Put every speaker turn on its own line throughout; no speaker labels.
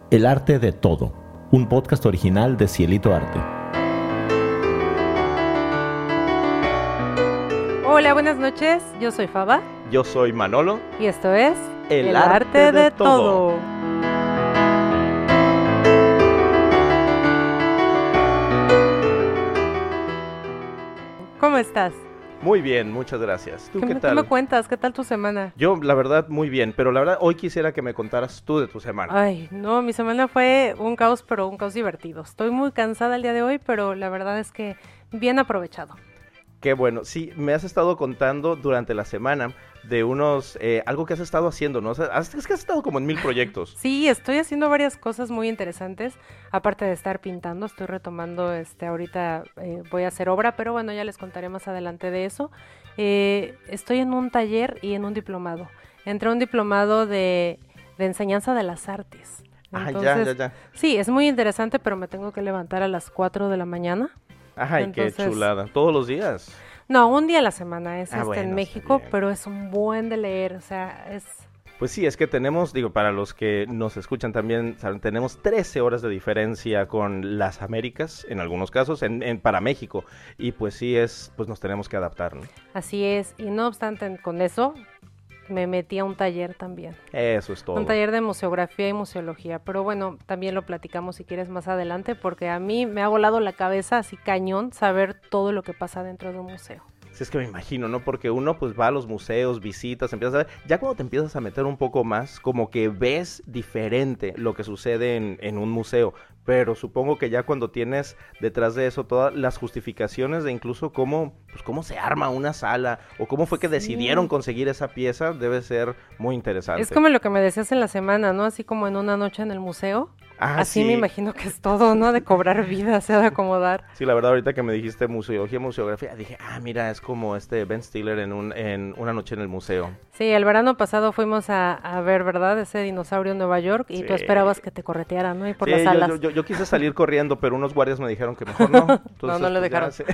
El arte de todo, un podcast original de Cielito Arte.
Hola, buenas noches, yo soy Faba.
Yo soy Manolo.
Y esto es
El arte de todo.
¿Cómo estás?
Muy bien, muchas gracias. ¿Tú qué tal?
¿Qué me cuentas? ¿Qué tal tu semana?
Yo, la verdad, muy bien, pero la verdad, hoy quisiera que me contaras tú de tu semana.
Ay, no, mi semana fue un caos, pero un caos divertido. Estoy muy cansada el día de hoy, pero la verdad es que bien aprovechado.
Qué bueno, sí, me has estado contando durante la semana de algo que has estado haciendo, ¿no? O sea, es que has estado como en 1000 proyectos.
Sí, estoy haciendo varias cosas muy interesantes, aparte de estar pintando, estoy retomando, ahorita voy a hacer obra, pero bueno, ya les contaré más adelante de eso. Estoy en un taller y en un diplomado. Entré a un diplomado de enseñanza de las artes. Entonces,
ya.
Sí, es muy interesante, pero me tengo que levantar a las 4 de la mañana.
Ay,
Entonces,
qué chulada. ¿Todos los días?
No, un día a la semana es
Bueno,
en
está
México,
bien.
pero es un buen de leer, o sea, es...
Pues sí, es que tenemos, para los que nos escuchan también, saben, tenemos 13 horas de diferencia con las Américas, en algunos casos, para México. Y pues sí, pues nos tenemos que adaptar, ¿no?
Así es, y no obstante con eso, me metí a un taller también.
Eso es todo.
Un taller de museografía y museología, pero bueno, también lo platicamos si quieres más adelante, porque a mí me ha volado la cabeza así cañón saber todo lo que pasa dentro de un museo.
Sí, es que me imagino, ¿no? Porque uno pues va a los museos, visitas, empiezas a ver, ya cuando te empiezas a meter un poco más, como que ves diferente lo que sucede en un museo, pero supongo que ya cuando tienes detrás de eso todas las justificaciones de incluso cómo se arma una sala o cómo fue que decidieron conseguir esa pieza, debe ser muy interesante.
Es como lo que me decías en la semana, ¿no? Así como en una noche en el museo. Así
sí.
me imagino que es todo, ¿no? De cobrar vida, se ha de acomodar.
Sí, la verdad, ahorita que me dijiste museología, museografía, dije, mira, es como Ben Stiller en Una noche en el museo.
Sí, el verano pasado fuimos a ver, ¿verdad? Ese dinosaurio en Nueva York y
Sí.
Tú esperabas que te correteara, ¿no? Y por
Sí,
las salas.
yo quise salir corriendo, pero unos guardias me dijeron que mejor no. Entonces,
No le
pues,
dejaron.
ya, sí.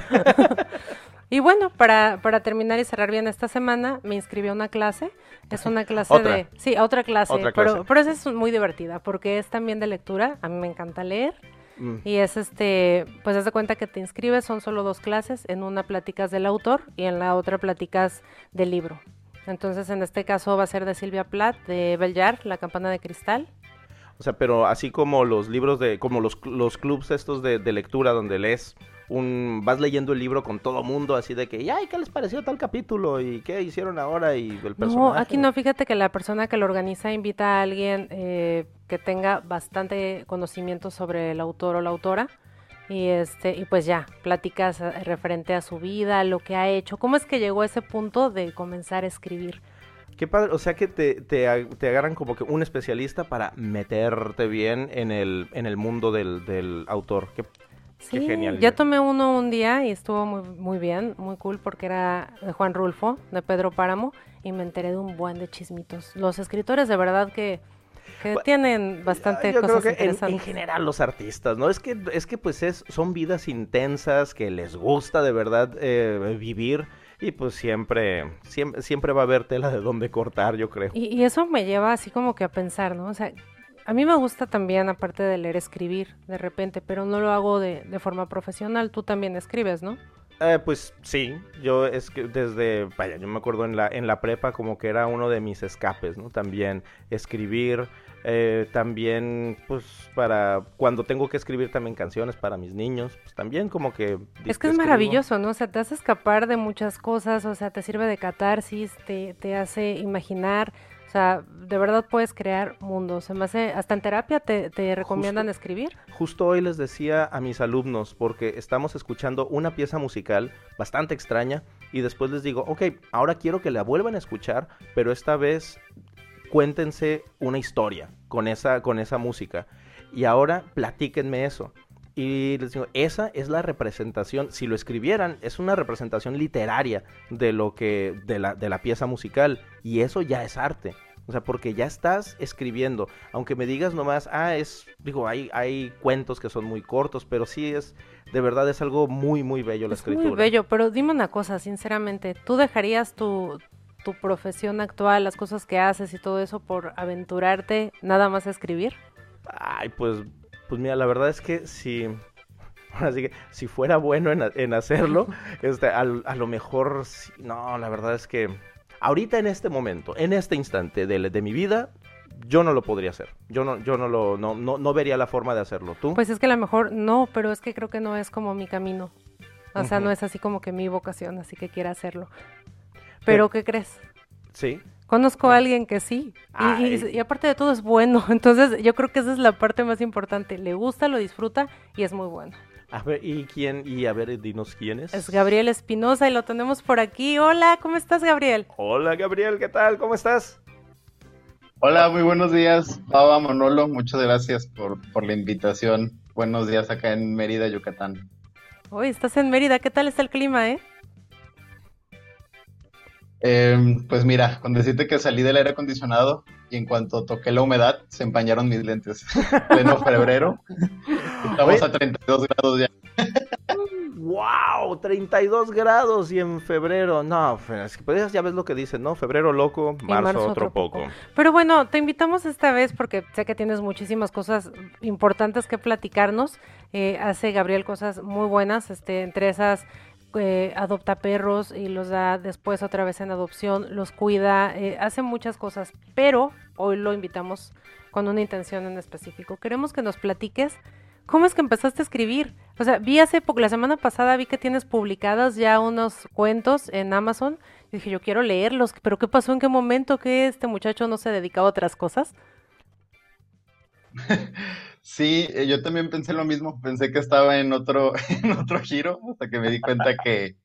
Y bueno, para terminar y cerrar bien esta semana, me inscribí a una clase. Es una clase
¿Otra?
Sí, a otra clase.
Otra clase.
Pero esa es muy divertida porque es también de lectura. A mí me encanta leer.
Mm.
Y es pues haz de cuenta que te inscribes, son solo 2 clases. En una platicas del autor y en la otra platicas del libro. Entonces, en este caso va a ser de Silvia Plath, de Bellar, La campana de cristal.
O sea, pero así como los libros como los clubs estos de lectura donde lees vas leyendo el libro con todo mundo, así de que, ay, ¿qué les pareció tal capítulo? ¿Y qué hicieron ahora? Y el personaje.
No, aquí no, fíjate que la persona que lo organiza invita a alguien que tenga bastante conocimiento sobre el autor o la autora y pues ya, platicas referente a su vida, lo que ha hecho, cómo es que llegó a ese punto de comenzar a escribir.
Qué padre, o sea que te agarran como que un especialista para meterte bien en el mundo del autor. Qué genial.
Ya tomé uno un día y estuvo muy, muy bien, muy cool porque era de Juan Rulfo, de Pedro Páramo, y me enteré de un buen de chismitos. Los escritores de verdad que tienen bastante cosas
creo que
interesantes.
en general los artistas, ¿no? Es que pues son vidas intensas que les gusta de verdad vivir. Y pues siempre va a haber tela de dónde cortar, yo creo.
Y eso me lleva así como que a pensar, ¿no? O sea, a mí me gusta también, aparte de leer, escribir de repente, pero no lo hago de forma profesional. Tú también escribes, ¿no?
Pues sí, yo es que yo me acuerdo en la prepa como que era uno de mis escapes, ¿no? También escribir, también pues para cuando tengo que escribir también canciones para mis niños, pues también como que...
Es que es maravilloso, ¿no? O sea, te hace escapar de muchas cosas, o sea, te sirve de catarsis, te hace imaginar, o sea, de verdad puedes crear mundos. Se me hace, hasta en terapia te recomiendan escribir.
Justo hoy les decía a mis alumnos, porque estamos escuchando una pieza musical bastante extraña, y después les digo, ok, ahora quiero que la vuelvan a escuchar, pero esta vez cuéntense una historia con esa música, y ahora platíquenme eso. Y les digo, esa es la representación, si lo escribieran, es una representación literaria de la pieza musical, y eso ya es arte. O sea, porque ya estás escribiendo, aunque me digas nomás, hay cuentos que son muy cortos, pero sí de verdad es algo muy, muy bello la escritura.
Es muy bello, pero dime una cosa, sinceramente, ¿tú dejarías tu profesión actual, las cosas que haces y todo eso por aventurarte nada más a escribir?
Ay, pues mira, la verdad es que si, así que si fuera bueno en hacerlo, a lo mejor, no, la verdad es que ahorita en este momento, en este instante de mi vida, yo no lo podría hacer. Yo no lo, no vería la forma de hacerlo. ¿Tú?
Pues es que a lo mejor no, pero es que creo que no es como mi camino. O sea, no
Ujú.
es así como que mi vocación, así que quiera hacerlo.
Pero,
Pero, ¿qué crees?
sí.
Conozco a
Eh,
alguien que sí. Y
Ay,
aparte de todo es bueno. Entonces, yo creo que esa es la parte más importante. Le gusta, lo disfruta y es muy bueno.
a ver, ¿y quién? Y a ver, dinos quién
Es
es.
Gabriel Espinosa y lo tenemos por aquí. Hola, ¿cómo estás, Gabriel?
Hola, Gabriel, ¿qué tal? ¿Cómo estás?
Hola, muy buenos días, Pava Manolo, muchas gracias por la invitación. Buenos días acá en Mérida, Yucatán.
Hoy estás en Mérida. ¿Qué tal está el clima, eh?
Pues mira, con decirte que salí del aire acondicionado y en cuanto toqué la humedad, se empañaron mis lentes. Pleno febrero, estamos
Oye,
a 32 grados ya.
wow, 32 grados y en febrero. No, es que pues ya ves lo que dicen, ¿no? Febrero loco,
Y
marzo
marzo
otro
otro poco.
poco.
Pero bueno, te invitamos esta vez porque sé que tienes muchísimas cosas importantes que platicarnos. Hace Gabriel cosas muy buenas, entre esas adopta perros y los da después otra vez en adopción, los cuida, hace muchas cosas, pero hoy lo invitamos con una intención en específico. Queremos que nos platiques cómo es que empezaste a escribir. O sea, vi hace poco, la semana pasada vi que tienes publicados ya unos cuentos en Amazon. Y dije, yo quiero leerlos, pero ¿qué pasó? ¿En qué momento que este muchacho no se dedicaba a otras cosas?
Sí, yo también pensé lo mismo, pensé que estaba en otro, en otro giro, hasta que me di cuenta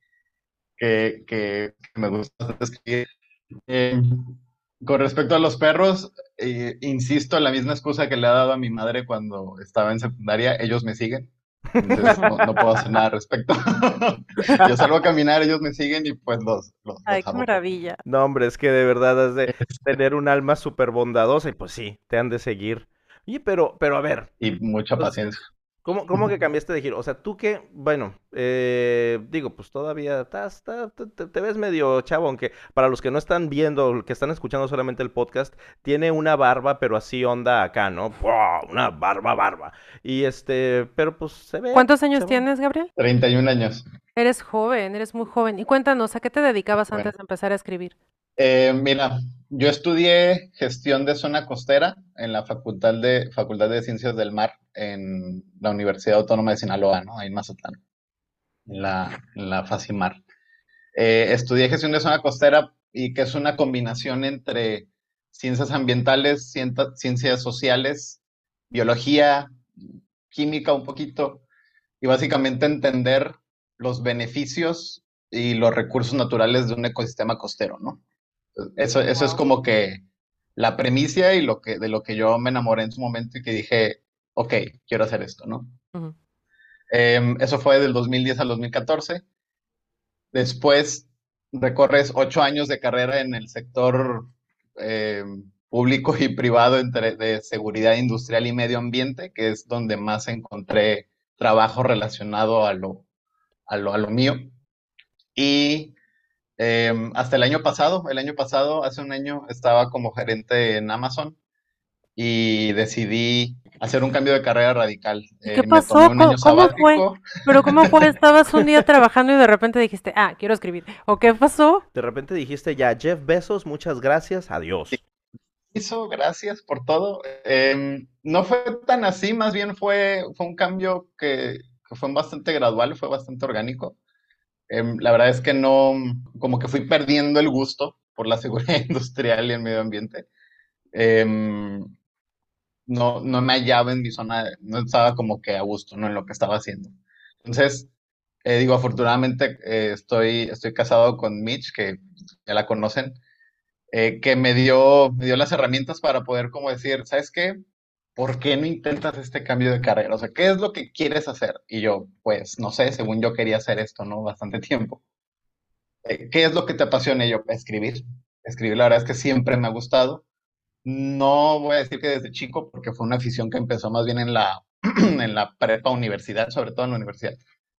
que me gusta escribir. Eh, con respecto a los perros, insisto, la misma excusa que le ha dado a mi madre cuando estaba en secundaria, ellos me siguen, entonces no puedo hacer nada al respecto. Yo salgo a caminar, ellos me siguen y pues
Ay,
los
qué
adopto.
maravilla.
No, hombre, es que de verdad has de tener un alma súper bondadosa y pues sí, te han de seguir. Oye, pero a ver,
Y mucha
pues,
paciencia.
¿cómo que cambiaste de giro? O sea, tú que, bueno, digo, pues todavía te ves medio chavo, aunque para los que no están viendo, que están escuchando solamente el podcast, tiene una barba, pero así onda acá, ¿no? ¡Buah! Una barba. Y pero pues
¿Cuántos
se
años
ve.
tienes, Gabriel?
31 años.
Eres joven, eres muy joven. Y cuéntanos, ¿a qué te dedicabas
Bueno,
antes de empezar a escribir?
mira, yo estudié gestión de zona costera en la Facultad de Ciencias del Mar en la Universidad Autónoma de Sinaloa, ¿no? Ahí en Mazatlán, en la FACIMAR. Estudié gestión de zona costera y que es una combinación entre ciencias ambientales, ciencias sociales, biología, química un poquito, y básicamente entender los beneficios y los recursos naturales de un ecosistema costero, ¿no? Eso es
Wow.
como que la premisa y de lo que yo me enamoré en su momento y que dije, ok, quiero hacer esto, ¿no? Eso fue del 2010 al 2014. Después recorres 8 años de carrera en el sector eh, público y privado de seguridad industrial y medio ambiente, que es donde más encontré trabajo relacionado a lo mío. Y hasta el año pasado, hace un año, estaba como gerente en Amazon y decidí hacer un cambio de carrera radical.
¿Y qué
Me tomé
pasó?
un año
¿Cómo fue?
sabático.
Pero ¿cómo fue? Estabas un día trabajando y de repente dijiste, ah, quiero escribir. ¿O qué pasó?
De repente dijiste ya, Jeff Bezos, muchas gracias, adiós.
Gracias por todo. No fue tan así, más bien fue un cambio que fue bastante gradual, fue bastante orgánico. La verdad es que no, como que fui perdiendo el gusto por la seguridad industrial y el medio ambiente. Em, no me hallaba en mi zona, no estaba como que a gusto, ¿no? En lo que estaba haciendo. Entonces, digo, afortunadamente estoy casado con Mitch, que ya la conocen, que me dio las herramientas para poder como decir, ¿sabes qué? ¿Por qué no intentas este cambio de carrera? O sea, ¿qué es lo que quieres hacer? Y yo, pues, no sé, según yo quería hacer esto, ¿no? Bastante tiempo. ¿Qué es lo que te apasiona? Y yo, escribir. Escribir, la verdad es que siempre me ha gustado. No voy a decir que desde chico, porque fue una afición que empezó más bien en la, en la prepa universidad, sobre todo en la universidad.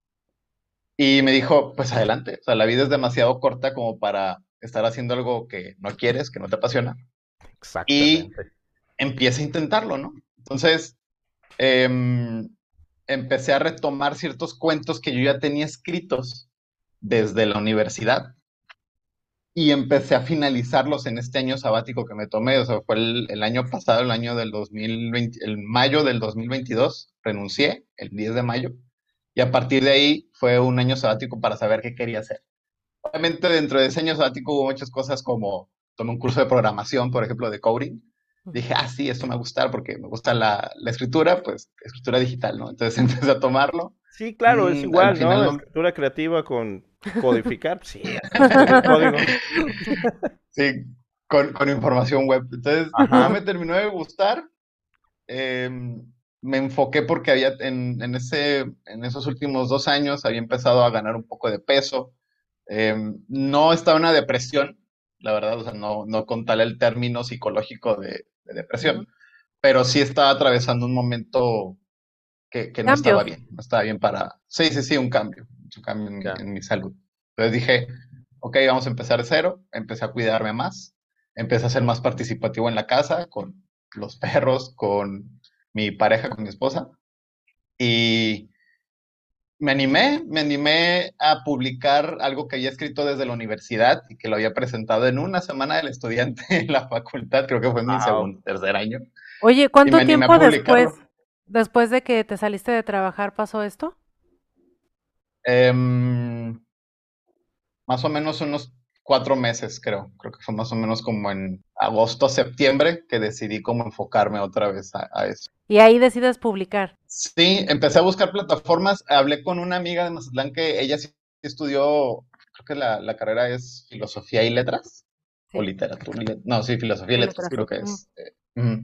Y me dijo, pues adelante, o sea, la vida es demasiado corta como para estar haciendo algo que no quieres, que no te apasiona. Y
Exactamente.
empieza a intentarlo, ¿no? Entonces, em, empecé a retomar ciertos cuentos que yo ya tenía escritos desde la universidad y empecé a finalizarlos en este año sabático que me tomé. O sea, fue el año pasado, el año del 2020, el mayo del 2022, renuncié el 10 de mayo y a partir de ahí fue un año sabático para saber qué quería hacer. Obviamente dentro de ese año sabático hubo muchas cosas como tomé un curso de programación, por ejemplo, de coding. Dije, ah, sí, esto me va a gustar porque me gusta la escritura, pues escritura digital, ¿no? Entonces empecé a tomarlo.
Sí, claro, es
Al
igual, ¿no?
final no.
Escritura creativa con codificar, pues sí, hasta escribir código.
Sí, con información web. Entonces no
Ajá.
me terminó de gustar. eh, Me enfoqué porque había en esos últimos 2 años había empezado a ganar un poco de peso. No estaba en una depresión, la verdad, o sea, no con tal el término psicológico de
Ujú.
depresión, pero sí estaba atravesando un momento que no estaba
Cambios.
bien, no estaba bien para, sí, sí, sí, un cambio
Ya.
en mi salud. Entonces dije, ok, vamos a empezar de cero, empecé a cuidarme más, empecé a ser más participativo en la casa, con los perros, con mi pareja, con mi esposa, y me animé a publicar algo que había escrito desde la universidad y que lo había presentado en una semana del estudiante en la facultad, creo que fue en mi
Wow.
segundo, tercer año,
Oye,
y me
¿cuánto
animé a
tiempo
publicarlo.
después de que te saliste de trabajar pasó esto?
Em, Más o menos unos 4 meses, creo. Creo que fue más o menos como en agosto, septiembre, que decidí cómo enfocarme otra vez a eso.
Y ahí decides publicar.
Sí, empecé a buscar plataformas. Hablé con una amiga de Mazatlán que ella sí estudió, creo que la carrera es filosofía y letras, o
Sí,
literatura. No, sí, filosofía y
sí,
letras,
letras.
creo que
Ujú.
es. Ujú.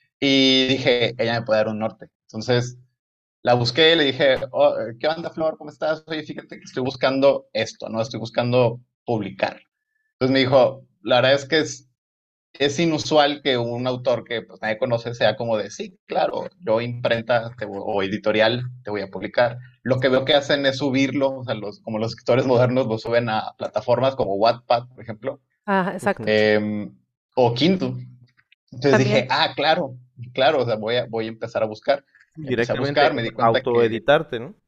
Y dije, ella me puede dar un norte. Entonces la busqué, le dije, "Oh, ¿qué onda, Flor? ¿Cómo estás? Oye, fíjate que estoy buscando esto, ¿no? Estoy buscando publicar. Entonces me dijo, la verdad es que es inusual que un autor que pues, nadie conoce sea como de, sí, claro, yo imprenta o editorial te voy a publicar. Lo que veo que hacen es subirlo, o sea, como los escritores modernos lo suben a plataformas como Wattpad, por ejemplo,
Ah, exacto.
Ujú.
eh, o Kindle. Entonces
También.
dije, ah, claro, claro, o sea, voy a empezar a buscar. Empecé a
Directamente
buscar, me di cuenta que
autoeditarte, ¿no?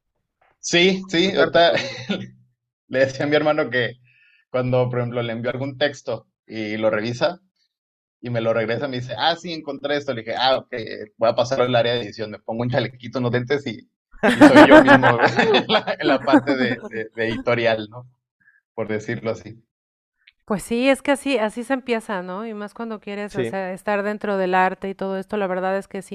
sí, sí,
Publicarte,
ahorita
perdón.
le decía a mi hermano que cuando, por ejemplo, le envío algún texto y lo revisa y me lo regresa, me dice, ah, sí, encontré esto. Le dije, ah, ok, voy a pasar al área de edición, me pongo un chalequito, unos lentes y soy yo mismo en la parte de editorial, ¿no? Por decirlo así.
Pues sí, es que así se empieza, ¿no? Y más cuando quieres, o
Sí.
sea, estar dentro del arte y todo esto, la verdad es que sí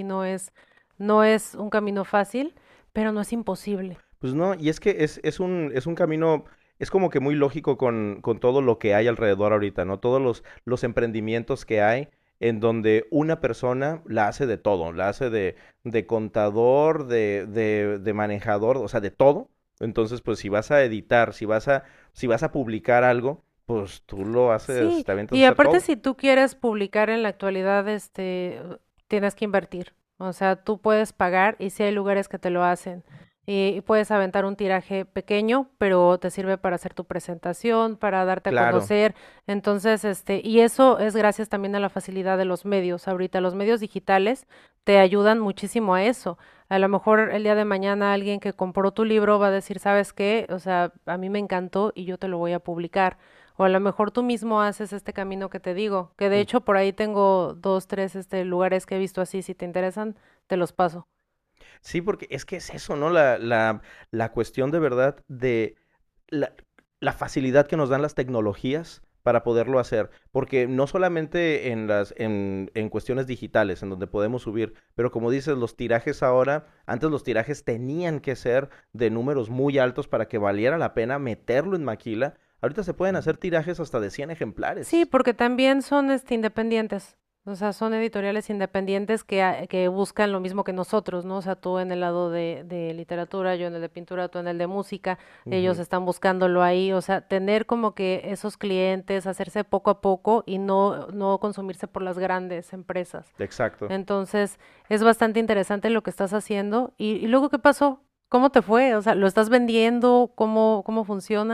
no es un camino fácil, pero no es imposible.
Pues no, y es que es un camino, es como que muy lógico con todo lo que hay alrededor ahorita, ¿no? Todos los emprendimientos que hay en donde una persona la hace de todo, la hace de contador, de manejador, o sea, de todo. Entonces, pues si vas a editar, si vas a publicar algo, pues tú lo haces,
Sí,
te avientas a
y
hacer
aparte
todo.
si tú quieres publicar en la actualidad, tienes que invertir. O sea, tú puedes pagar y sí hay lugares que te lo hacen. Y puedes aventar un tiraje pequeño, pero te sirve para hacer tu presentación, para darte a
Claro,
conocer. Entonces, y eso es gracias también a la facilidad de los medios. Ahorita los medios digitales te ayudan muchísimo a eso. A lo mejor el día de mañana alguien que compró tu libro va a decir, ¿sabes qué? O sea, a mí me encantó y yo te lo voy a publicar. O a lo mejor tú mismo haces este camino que te digo, que de
mm,
hecho por ahí tengo dos, tres lugares que he visto así, si te interesan, te los paso.
sí, porque es que es eso, ¿no? La cuestión de verdad de la, la facilidad que nos dan las tecnologías para poderlo hacer, porque no solamente en cuestiones digitales, en donde podemos subir, pero como dices, los tirajes ahora, antes los tirajes tenían que ser de números muy altos para que valiera la pena meterlo en maquila. Ahorita se pueden hacer tirajes hasta de 100
Sí,
ejemplares.
porque también son independientes. O sea, son editoriales independientes que buscan lo mismo que nosotros, ¿no? O sea, tú en el lado de literatura, yo en el de pintura, tú en el de música, ellos
Ujú,
están buscándolo ahí, o sea, tener como que esos clientes, hacerse poco a poco y no consumirse por las grandes empresas.
exacto.
Entonces, es bastante interesante lo que estás haciendo. Y luego qué pasó? ¿Cómo te fue? O sea, ¿lo estás vendiendo? ¿Cómo funciona?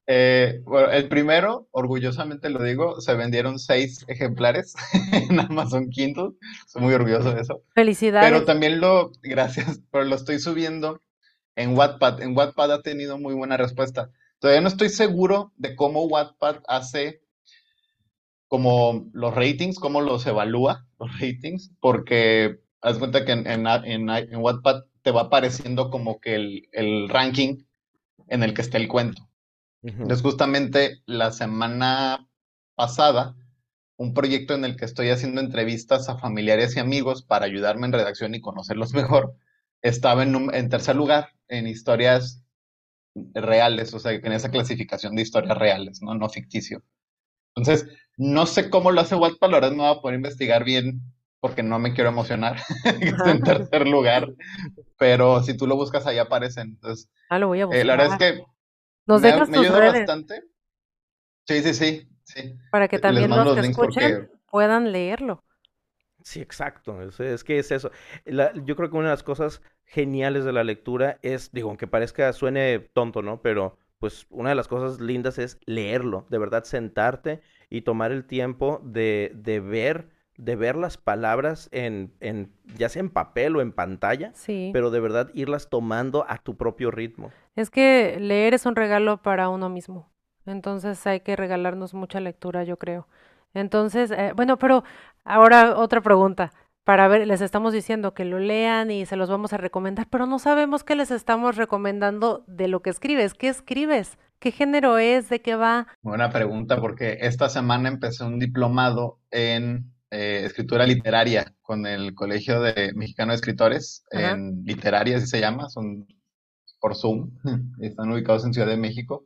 Bueno, el primero, orgullosamente lo digo, se vendieron 6 ejemplares en Amazon Kindle. Estoy muy orgulloso de eso. Pero
Felicidades.
también gracias, pero lo estoy subiendo en Wattpad. En Wattpad ha tenido muy buena respuesta. Todavía no estoy seguro de cómo Wattpad hace como los ratings, cómo los evalúa los ratings, porque haz cuenta que en Wattpad te va apareciendo como que el ranking en el que está el cuento.
Ujú.
Entonces, justamente la semana pasada, un proyecto en el que estoy haciendo entrevistas a familiares y amigos para ayudarme en redacción y conocerlos mejor, estaba en tercer lugar en historias reales, o sea, en esa clasificación de historias reales, ¿no? No ficticio. Entonces, no sé cómo lo hace Wattpad, la verdad no voy a poder investigar bien porque no me quiero emocionar que esté
Ajá.
en tercer lugar, pero si tú lo buscas ahí aparecen. Entonces,
Ah, lo voy a
la verdad es
buscar.
que
Nos dejas
me
tus
ayuda
redes
bastante. Sí, sí, sí, sí.
para que
Les
también
mando
los que
los links
escuchen
porque
puedan leerlo.
Sí, exacto. Es que es eso. Yo creo que una de las cosas geniales de la lectura es, digo, aunque parezca, suene tonto, ¿no? Pero pues una de las cosas lindas es leerlo, de verdad sentarte y tomar el tiempo de ver las palabras ya sea en papel o en pantalla,
Sí.
pero de verdad irlas tomando a tu propio ritmo.
Es que leer es un regalo para uno mismo. Entonces hay que regalarnos mucha lectura, yo creo. Entonces, bueno, pero ahora otra pregunta. Para ver, les estamos diciendo que lo lean y se los vamos a recomendar, pero no sabemos qué les estamos recomendando de lo que escribes. ¿Qué escribes? ¿Qué género es? ¿De qué va?
buena pregunta porque esta semana empecé un diplomado en escritura literaria con el Colegio de Mexicano de Escritores
Ajá.
en literaria, así se llama, son por Zoom, están ubicados en Ciudad de México.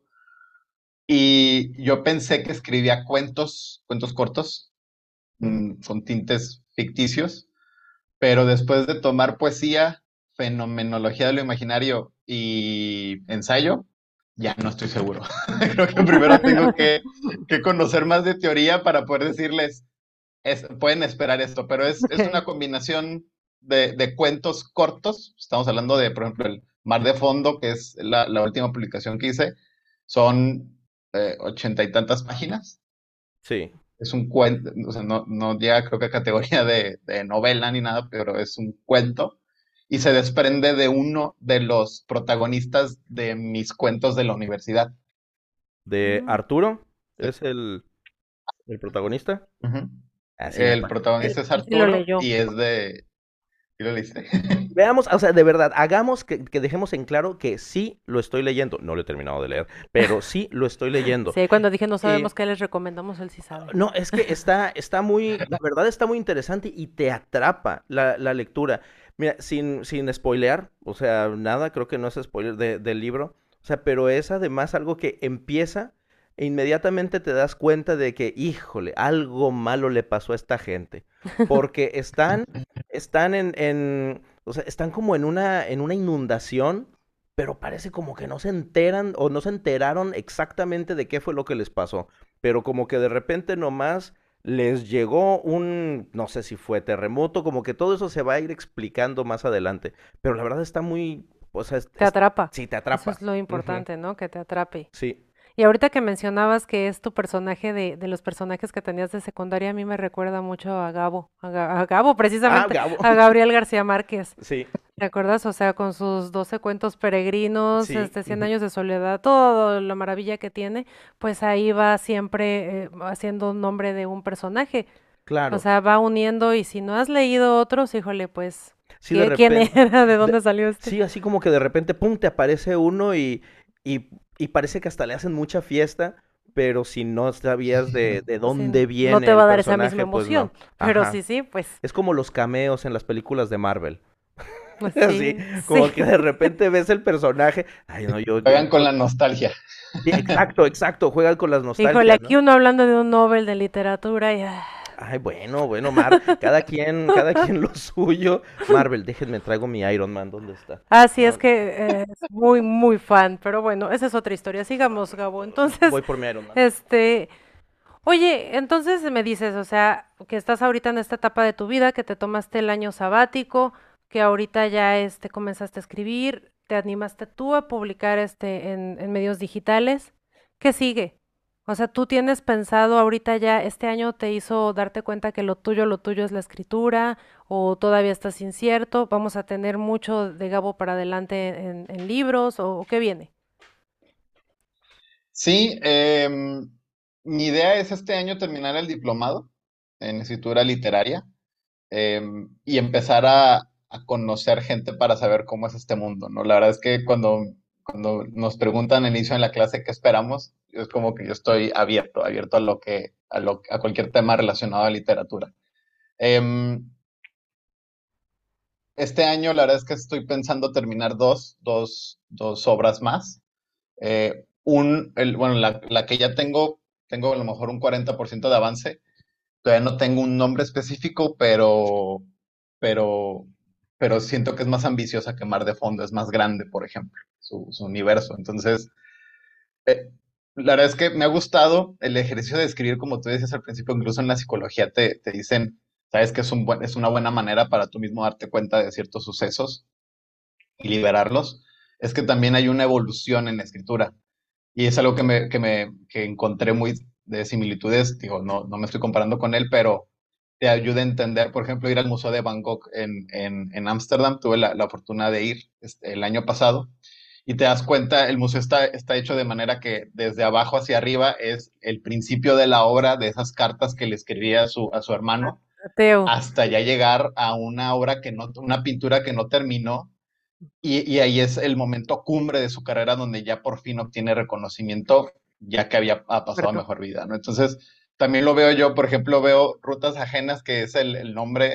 Y yo pensé que escribía cuentos cortos,
Ujú.
con tintes ficticios, pero después de tomar poesía, fenomenología de lo imaginario y ensayo, ya no estoy seguro. Creo que primero tengo que conocer más de teoría para poder decirles, pueden esperar esto, pero es una
Ok.
combinación de cuentos cortos. Estamos hablando de, por ejemplo, el Mar de Fondo, que es la última publicación que hice. Son 80 y tantas páginas.
Sí.
Es un cuento, o sea, no llega creo que a categoría de novela ni nada, pero es un cuento. Y se desprende de uno de los protagonistas de mis cuentos de la universidad.
De
Mm.
Arturo, es el protagonista.
Ujú.
Así me
El
parece.
protagonista es
Sí lo
Arturo
leyó.
y es de... ¿Sí lo leíste?
Veamos, o sea, de verdad, hagamos que dejemos en claro que sí lo estoy leyendo. No lo he terminado de leer, pero sí lo estoy leyendo.
Sí, cuando dije no sabemos
Eh,
qué les recomendamos, él sí sabe.
no, es que está muy, la verdad está muy interesante y te atrapa la lectura. Mira, sin spoilear, o sea, nada, creo que no es spoiler del libro, o sea, pero es además algo que empieza e inmediatamente te das cuenta de que, híjole, algo malo le pasó a esta gente, porque están o sea, están como en una inundación, pero parece como que no se enteran o no se enteraron exactamente de qué fue lo que les pasó, pero como que de repente nomás les llegó no sé si fue terremoto, como que todo eso se va a ir explicando más adelante, pero la verdad está muy, o sea,
Te atrapa.
sí te
Eso es
atrapa.
lo
Ujú.
importante, ¿no? Que te atrape.
Sí.
Y ahorita que mencionabas que es tu personaje de los personajes que tenías de secundaria, a mí me recuerda mucho a Gabo, a Gabo
Ah,
precisamente,
Gabo.
a Gabriel García Márquez.
Sí,
¿Te acuerdas? O sea, con sus 12 cuentos peregrinos,
sí,
100
ujú,
años de soledad, todo la maravilla que tiene, pues ahí va siempre haciendo un nombre de un personaje. O
claro.
sea, va uniendo y si no has leído otros, híjole, pues,
Sí, de
¿quién
repente,
era? ¿De dónde salió este?
sí, así como que de repente, pum, te aparece uno y parece que hasta le hacen mucha fiesta, pero si no sabías de
Sí,
dónde
no
viene
te
el
va a dar esa misma
personaje, pues
emoción,
no.
pero
Ajá.
sí, sí, pues,
Es como los cameos en las películas de Marvel.
pues
Así,
sí, sí.
como que de repente ves el personaje. Ay, no,
Juegan con la nostalgia.
sí, exacto, exacto, juegan con las
Híjole,
nostalgias,
aquí
¿no?
uno hablando de un Nobel de literatura y
Ay, bueno, bueno, cada quien lo suyo. Marvel, déjenme, traigo mi Iron Man, ¿dónde está?
así es
No,
que es muy, muy fan, pero bueno, esa es otra historia. Sigamos, Gabo. Entonces,
voy por mi Iron Man.
este, oye, entonces me dices, o sea, que estás ahorita en esta etapa de tu vida, que te tomaste el año sabático, que ahorita ya comenzaste a escribir, te animaste tú a publicar en medios digitales. ¿Qué sigue? O sea, tú tienes pensado ahorita ya, este año te hizo darte cuenta que lo tuyo es la escritura, o todavía estás incierto, vamos a tener mucho de Gabo para adelante en libros, o qué viene.
Sí, mi idea es este año terminar el diplomado en escritura literaria, y empezar a conocer gente para saber cómo es este mundo, ¿no? La verdad es que cuando nos preguntan al inicio en la clase qué esperamos, es como que yo estoy abierto a a cualquier tema relacionado a literatura. Em, este año la verdad es que estoy pensando terminar dos obras más. Bueno, la que ya tengo a lo mejor un 40% de avance. Todavía no tengo un nombre específico, pero, pero siento que es más ambiciosa que Mar de Fondo, es más grande, por ejemplo, su universo. Entonces, eh, la verdad es que me ha gustado el ejercicio de escribir, como tú decías al principio, incluso en la psicología te dicen, sabes que es una buena manera para tú mismo darte cuenta de ciertos sucesos y liberarlos. Es que también hay una evolución en la escritura. Y es algo que encontré muy de similitudes. Digo, no me estoy comparando con él, pero te ayuda a entender, por ejemplo, ir al Museo de Van Gogh en Ámsterdam. Tuve la fortuna de ir el año pasado y te das cuenta, el museo está hecho de manera que desde abajo hacia arriba es el principio de la obra, de esas cartas que le escribía a su hermano,
Teo,
hasta ya llegar a una obra una pintura que no terminó, y ahí es el momento cumbre de su carrera donde ya por fin obtiene reconocimiento, ya que ha pasado a
Puerto.
mejor vida, ¿no? Entonces, también lo veo yo, por ejemplo, veo Rutas Ajenas, que es el nombre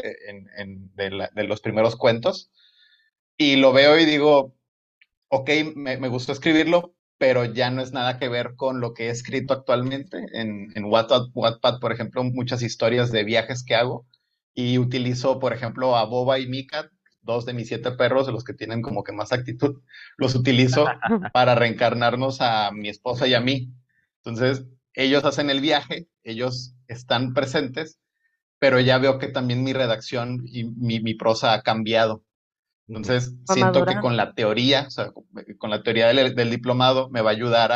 de los primeros cuentos, y lo veo y digo, ok, me gustó escribirlo, pero ya no es nada que ver con lo que he escrito actualmente. En Wattpad, por ejemplo, muchas historias de viajes que hago, y utilizo, por ejemplo, a Boba y Mika, dos de mis 7 perros, de los que tienen como que más actitud, los utilizo para reencarnarnos a mi esposa y a mí. Entonces, ellos hacen el viaje, ellos están presentes, pero ya veo que también mi redacción y mi prosa ha cambiado.
Ujú.
Entonces,
Va
siento que
madurando.
con la teoría, o sea, con la teoría del diplomado, me va a ayudar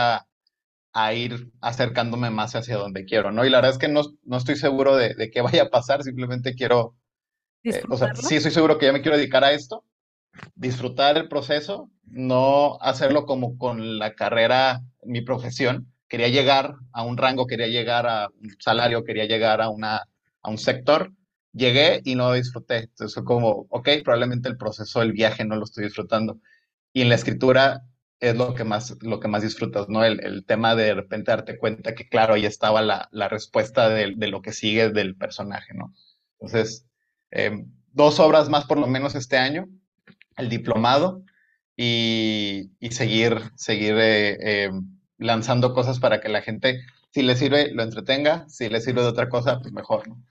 a ir acercándome más hacia donde quiero, ¿no? Y la verdad es que no estoy seguro de qué vaya a pasar, simplemente quiero, o sea,
¿Disfrutarlo?
sí estoy seguro que ya me quiero dedicar a esto, disfrutar el proceso, no hacerlo como con la carrera, mi profesión. Quería llegar a un rango, quería llegar a un salario, quería llegar a un sector. Llegué y no lo disfruté. Entonces fue como, ok, probablemente el proceso, el viaje no lo estoy disfrutando. Y en la escritura es lo que más disfrutas, ¿no? El tema de repente darte cuenta que, claro, ahí estaba la respuesta de lo que sigue del personaje, ¿no? Entonces, 2 obras más por lo menos este año, el diplomado, y seguir lanzando cosas para que la gente, si le sirve, lo entretenga, si le sirve de otra cosa, pues mejor, ¿no?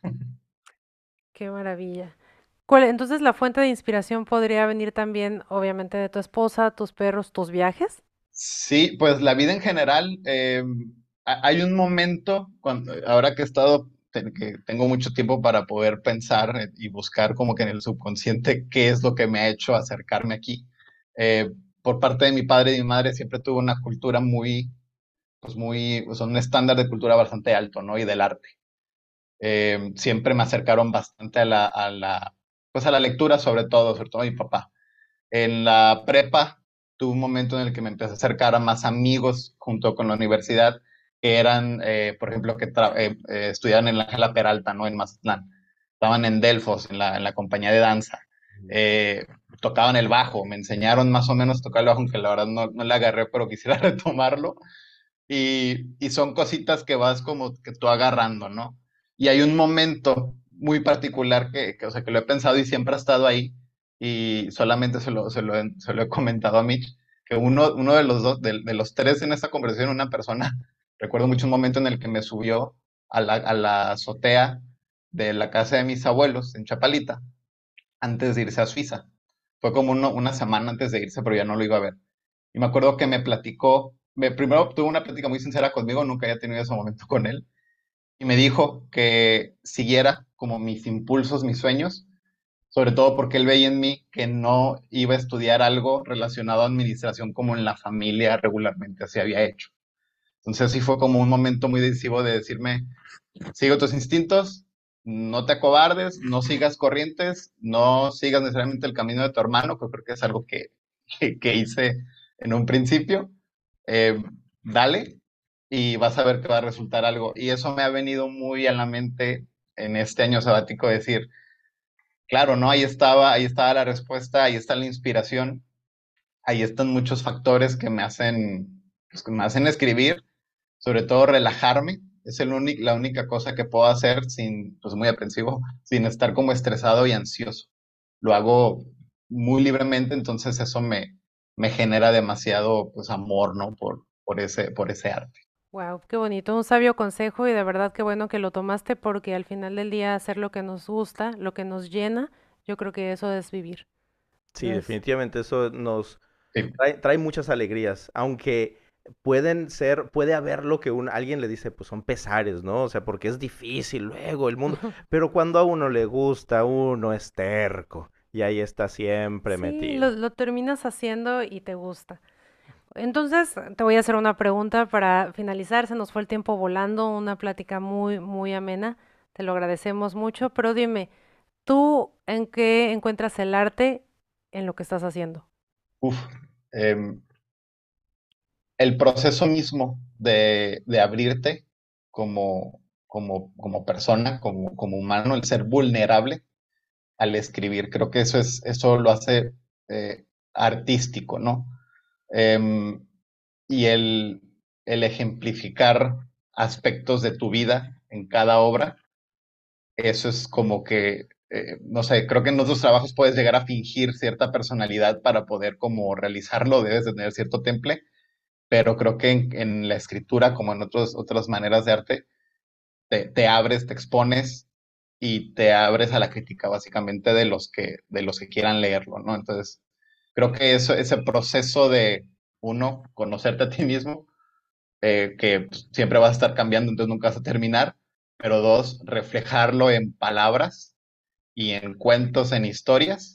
Qué maravilla. Entonces la fuente de inspiración podría venir también, obviamente, de tu esposa, tus perros, tus viajes.
Sí, pues la vida en general, hay un momento, ahora que que tengo mucho tiempo para poder pensar, y buscar como que en el subconsciente qué es lo que me ha hecho acercarme aquí. Por parte de mi padre y mi madre siempre tuve una cultura o sea, un estándar de cultura bastante alto, ¿no? Y del arte. Siempre me acercaron bastante pues a la lectura, sobre todo mi papá. En la prepa tuve un momento en el que me empecé a acercar a más amigos junto con la universidad, que eran, por ejemplo, estudiaban en la Ángela Peralta, ¿no? En Mazatlán. Estaban en Delfos, en la compañía de danza. Eh, Tocaban el bajo, me enseñaron más o menos a tocar el bajo, aunque la verdad no le agarré, pero quisiera retomarlo. Y son cositas que vas como que tú agarrando, ¿no? Y hay un momento muy particular o sea, que lo he pensado y siempre ha estado ahí, y solamente se lo he comentado a Mitch, que uno de los dos, de los tres en esta conversación, una persona, recuerdo mucho un momento en el que me subió a la azotea de la casa de mis abuelos en Chapalita, antes de irse a Suiza. Fue como una semana antes de irse, pero ya no lo iba a ver. Y me acuerdo que me platicó, primero tuvo una plática muy sincera conmigo, nunca había tenido ese momento con él, y me dijo que siguiera como mis impulsos, mis sueños, sobre todo porque él veía en mí que no iba a estudiar algo relacionado a administración como en la familia regularmente se había hecho. Entonces sí fue como un momento muy decisivo de decirme, sigue tus instintos, no te acobardes, no sigas corrientes, no sigas necesariamente el camino de tu hermano, que creo que es algo que hice en un principio. Eh, Dale y vas a ver que va a resultar algo. Y eso me ha venido muy a la mente en este año sabático, decir, claro, ¿no? Ahí estaba la respuesta, ahí está la inspiración, ahí están muchos factores que me hacen, pues, que me hacen escribir, sobre todo relajarme. Es la única cosa que puedo hacer sin, pues muy aprensivo, sin estar como estresado y ansioso. Lo hago muy libremente, entonces eso me genera demasiado, pues, amor, ¿no? Por ese arte.
Wow, qué bonito, un sabio consejo y de verdad qué bueno que lo tomaste porque al final del día hacer lo que nos gusta, lo que nos llena, yo creo que eso es vivir.
Sí,
Entonces,
definitivamente eso nos
Sí.
trae muchas alegrías, aunque puede haber lo que alguien le dice, pues son pesares, ¿no? O sea, porque es difícil luego el mundo, pero cuando a uno le gusta, uno es terco y ahí está siempre
sí,
metido.
lo terminas haciendo y te gusta. Entonces, te voy a hacer una pregunta para finalizar. Se nos fue el tiempo volando, una plática muy, muy amena. Te lo agradecemos mucho, pero dime, ¿tú en qué encuentras el arte en lo que estás haciendo?
Uf. Em, el proceso mismo de abrirte como persona, como humano, el ser vulnerable al escribir, creo que eso lo hace eh, artístico, ¿no? Em, y el ejemplificar aspectos de tu vida en cada obra, eso es como que, no sé, creo que en otros trabajos puedes llegar a fingir cierta personalidad para poder como realizarlo, debes de tener cierto temple, pero creo que en la escritura, como en otras maneras de arte, te abres, te expones y te abres a la crítica básicamente de los que quieran leerlo, ¿no? Entonces, creo que ese proceso de, uno, conocerte a ti mismo, que pues, siempre vas a estar cambiando, entonces nunca vas a terminar, pero dos, reflejarlo en palabras y en cuentos, en historias,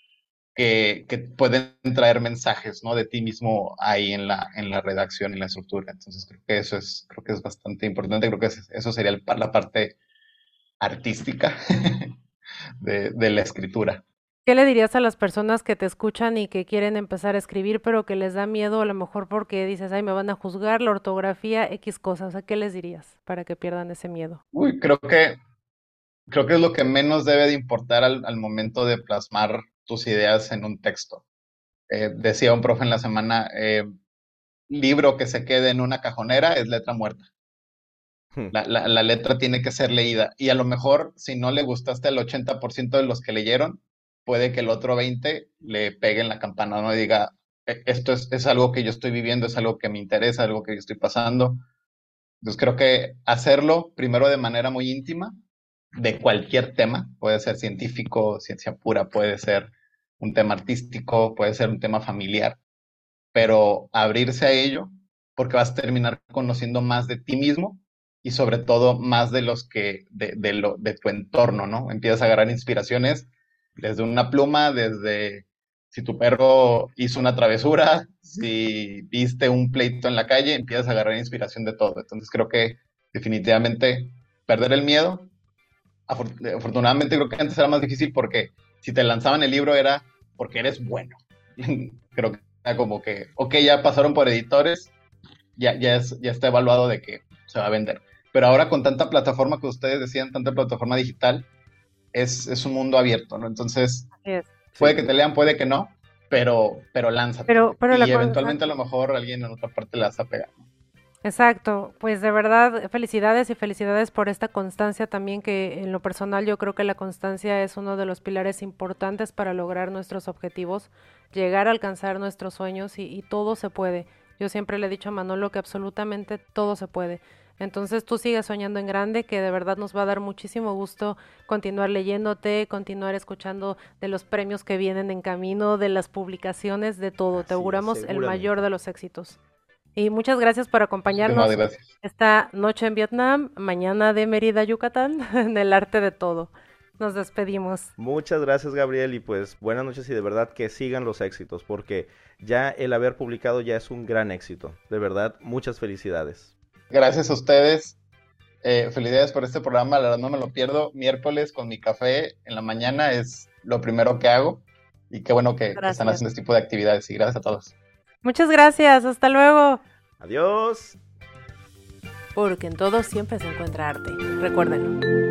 que pueden traer mensajes, ¿no? De ti mismo ahí en la redacción, en la estructura. Entonces creo que es bastante importante, creo que eso sería la parte artística de la escritura.
¿Qué le dirías a las personas que te escuchan y que quieren empezar a escribir, pero que les da miedo a lo mejor porque dices, ay, me van a juzgar la ortografía, X cosas? O sea, ¿qué les dirías para que pierdan ese miedo?
Uy, creo que es lo que menos debe de importar al momento de plasmar tus ideas en un texto. Decía un profe en la semana, libro que se quede en una cajonera es letra muerta. La letra tiene que ser leída. Y a lo mejor, si no le gustaste al 80% de los que leyeron, puede que el otro 20 le pegue en la campana, ¿no? Y diga, esto es algo que yo estoy viviendo, es algo que me interesa, algo que yo estoy pasando". Entonces creo que hacerlo primero de manera muy íntima, de cualquier tema, puede ser científico, ciencia pura, puede ser un tema artístico, puede ser un tema familiar, pero abrirse a ello porque vas a terminar conociendo más de ti mismo y sobre todo más de los de tu entorno, ¿no? Empiezas a agarrar inspiraciones desde una pluma, desde si tu perro hizo una travesura, si viste un pleito en la calle, empiezas a agarrar inspiración de todo. Entonces creo que definitivamente perder el miedo. Afortunadamente creo que antes era más difícil porque si te lanzaban el libro era porque eres bueno. Creo que era como que, ok, ya pasaron por editores, ya está evaluado de que se va a vender. Pero ahora con tanta plataforma que ustedes decían, tanta plataforma digital, es un mundo abierto, ¿no? Entonces,
Así es.
puede
Sí,
que te lean, puede que no, pero lánzate.
Pero la
Y
cosa,
eventualmente a lo mejor alguien en otra parte le vas a pegar.
exacto, pues de verdad felicidades y felicidades por esta constancia también que en lo personal yo creo que la constancia es uno de los pilares importantes para lograr nuestros objetivos, llegar a alcanzar nuestros sueños y todo se puede. Yo siempre le he dicho a Manolo que absolutamente todo se puede. Entonces tú sigues soñando en grande, que de verdad nos va a dar muchísimo gusto continuar leyéndote, continuar escuchando de los premios que vienen en camino, de las publicaciones, de todo. Te
así es,
auguramos el mayor
seguramente.
de los éxitos. Y muchas gracias por
Muchísimas
acompañarnos
gracias.
esta noche en Vietnam, mañana de Mérida, Yucatán, en el arte de todo. nos despedimos.
Muchas gracias, Gabriel, y pues buenas noches y de verdad que sigan los éxitos, porque ya el haber publicado ya es un gran éxito. De verdad, muchas felicidades.
Gracias a ustedes. Felicidades por este programa, la verdad no me lo pierdo. Miércoles con mi café en la mañana es lo primero que hago. Y qué bueno que están haciendo este tipo de actividades. Y gracias a todos.
Muchas gracias, hasta luego.
Adiós.
Porque en todo siempre se encuentra arte. Recuérdenlo.